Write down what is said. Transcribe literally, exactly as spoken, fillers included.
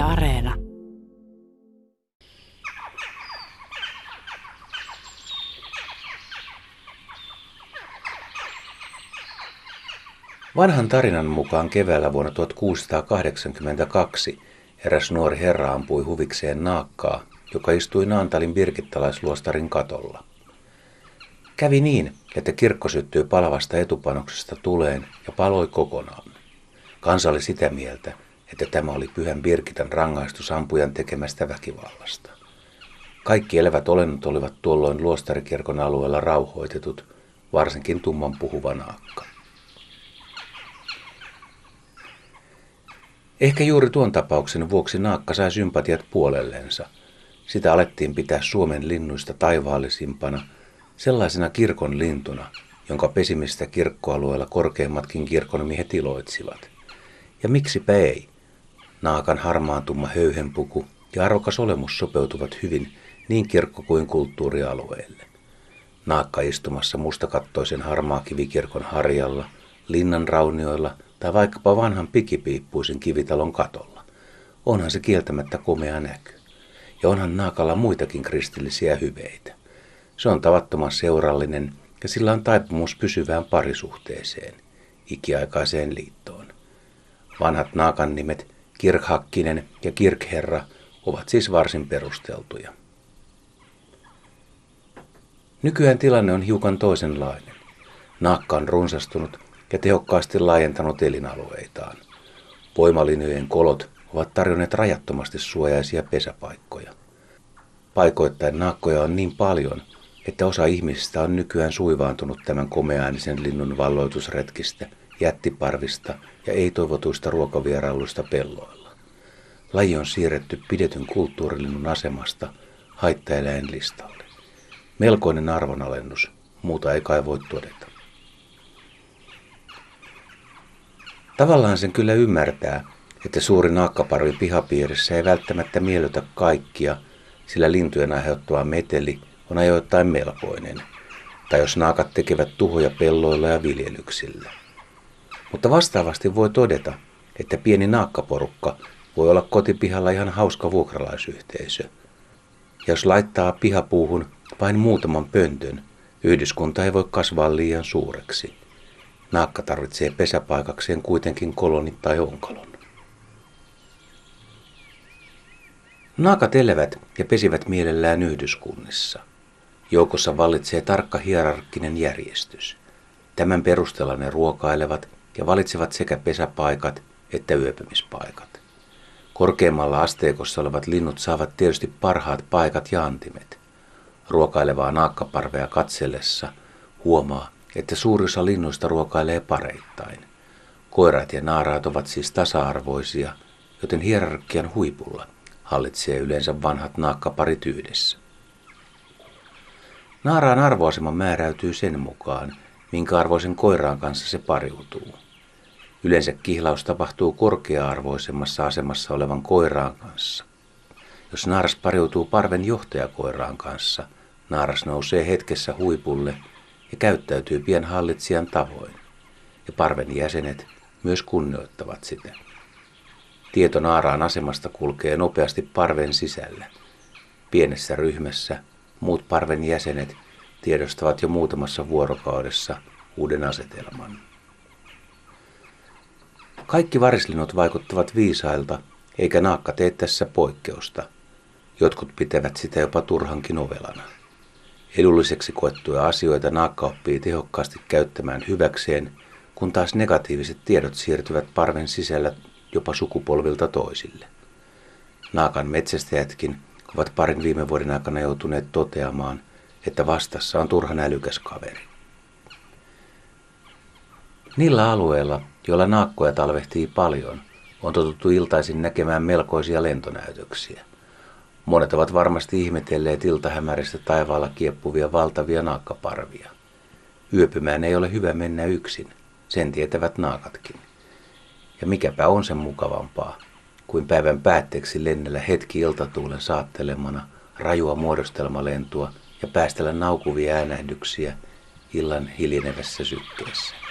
Areena. Vanhan tarinan mukaan keväällä vuonna tuhatkuusisataakahdeksankymmentäkaksi eräs nuori herra ampui huvikseen naakkaa, joka istui Naantalin birgittalaisluostarin katolla. Kävi niin, että kirkko syttyi palavasta etupanoksesta tuleen ja paloi kokonaan. Kansa oli sitä mieltä, että tämä oli pyhän Birgitan rangaistus ampujan tekemästä väkivallasta. Kaikki elävät olennot olivat tuolloin luostarikirkon alueella rauhoitetut, varsinkin tumman puhuva naakka. Ehkä juuri tuon tapauksen vuoksi naakka sai sympatiat puolellensa. Sitä alettiin pitää Suomen linnuista taivaallisimpana, sellaisena kirkon lintuna, jonka pesimistä kirkkoalueella korkeimmatkin kirkonmiehet iloitsivat. Ja miksipä ei? Naakan harmaantuma höyhenpuku ja arvokas olemus sopeutuvat hyvin niin kirkko- kuin kulttuurialueelle. Naakka istumassa mustakattoisen harmaakivikirkon harjalla, linnan raunioilla tai vaikkapa vanhan pikipiippuisen kivitalon katolla. Onhan se kieltämättä komea näky. Ja onhan naakalla muitakin kristillisiä hyveitä. Se on tavattoman seurallinen ja sillä on taipumus pysyvään parisuhteeseen, ikiaikaiseen liittoon. Vanhat naakan nimet Kirkhakkinen ja Kirkherra ovat siis varsin perusteltuja. Nykyään tilanne on hiukan toisenlainen. Naakka on runsastunut ja tehokkaasti laajentanut elinalueitaan. Voimalinjojen kolot ovat tarjonneet rajattomasti suojaisia pesäpaikkoja. Paikoittain naakkoja on niin paljon, että osa ihmisistä on nykyään suivaantunut tämän komeäänisen linnun valloitusretkistä, jättiparvista ja ei-toivotuista ruokavierailuista pelloilla. Laji on siirretty pidetyn kulttuurilinnun asemasta haittaeläinlistalle. Melkoinen arvonalennus, muuta ei kai voi todeta. Tavallaan sen kyllä ymmärtää, että suuri naakkaparvi pihapiirissä ei välttämättä miellytä kaikkia, sillä lintujen aiheuttava meteli on ajoittain melkoinen, tai jos naakat tekevät tuhoja pelloilla ja viljelyksillä. Mutta vastaavasti voi todeta, että pieni naakkaporukka voi olla kotipihalla ihan hauska vuokralaisyhteisö. Ja jos laittaa pihapuuhun vain muutaman pöntön, yhdyskunta ei voi kasvaa liian suureksi. Naakka tarvitsee pesäpaikakseen kuitenkin kolonit tai onkalon. Naakat elävät ja pesivät mielellään yhdyskunnissa. Joukossa vallitsee tarkka hierarkkinen järjestys. Tämän perusteella ne ruokailevat ja valitsevat sekä pesäpaikat että yöpymispaikat. Korkeammalla asteikossa olevat linnut saavat tietysti parhaat paikat ja antimet. Ruokailevaa naakkaparvea katsellessa huomaa, että suuri osa linnuista ruokailee pareittain. Koirat ja naaraat ovat siis tasa-arvoisia, joten hierarkian huipulla hallitsee yleensä vanhat naakkaparit yhdessä. Naaraan arvoasema määräytyy sen mukaan, minkä arvoisen koiraan kanssa se pariutuu. Yleensä kihlaus tapahtuu korkea-arvoisemmassa asemassa olevan koiraan kanssa. Jos naaras pariutuu parven johtajakoiraan kanssa, naaras nousee hetkessä huipulle ja käyttäytyy pian hallitsijan tavoin, ja parven jäsenet myös kunnioittavat sitä. Tieto naaraan asemasta kulkee nopeasti parven sisällä. Pienessä ryhmässä muut parven jäsenet tiedostavat jo muutamassa vuorokaudessa uuden asetelman. Kaikki varislinnut vaikuttavat viisailta, eikä naakka tee tässä poikkeusta. Jotkut pitävät sitä jopa turhankin ovelana. Edulliseksi koettuja asioita naakka oppii tehokkaasti käyttämään hyväkseen, kun taas negatiiviset tiedot siirtyvät parven sisällä jopa sukupolvilta toisille. Naakan metsästäjätkin ovat parin viime vuoden aikana joutuneet toteamaan, että vastassa on turhan älykäs kaveri. Niillä alueilla, joilla naakkoja talvehtii paljon, on totuttu iltaisin näkemään melkoisia lentonäytöksiä. Monet ovat varmasti ihmetelleet iltahämäristä taivaalla kieppuvia valtavia naakkaparvia. Yöpymään ei ole hyvä mennä yksin, sen tietävät naakatkin. Ja mikäpä on sen mukavampaa, kuin päivän päätteeksi lennellä hetki iltatuulen saattelemana rajua muodostelmalentua ja päästellä naukuvia äänähdyksiä illan hiljenevässä sykkeessä.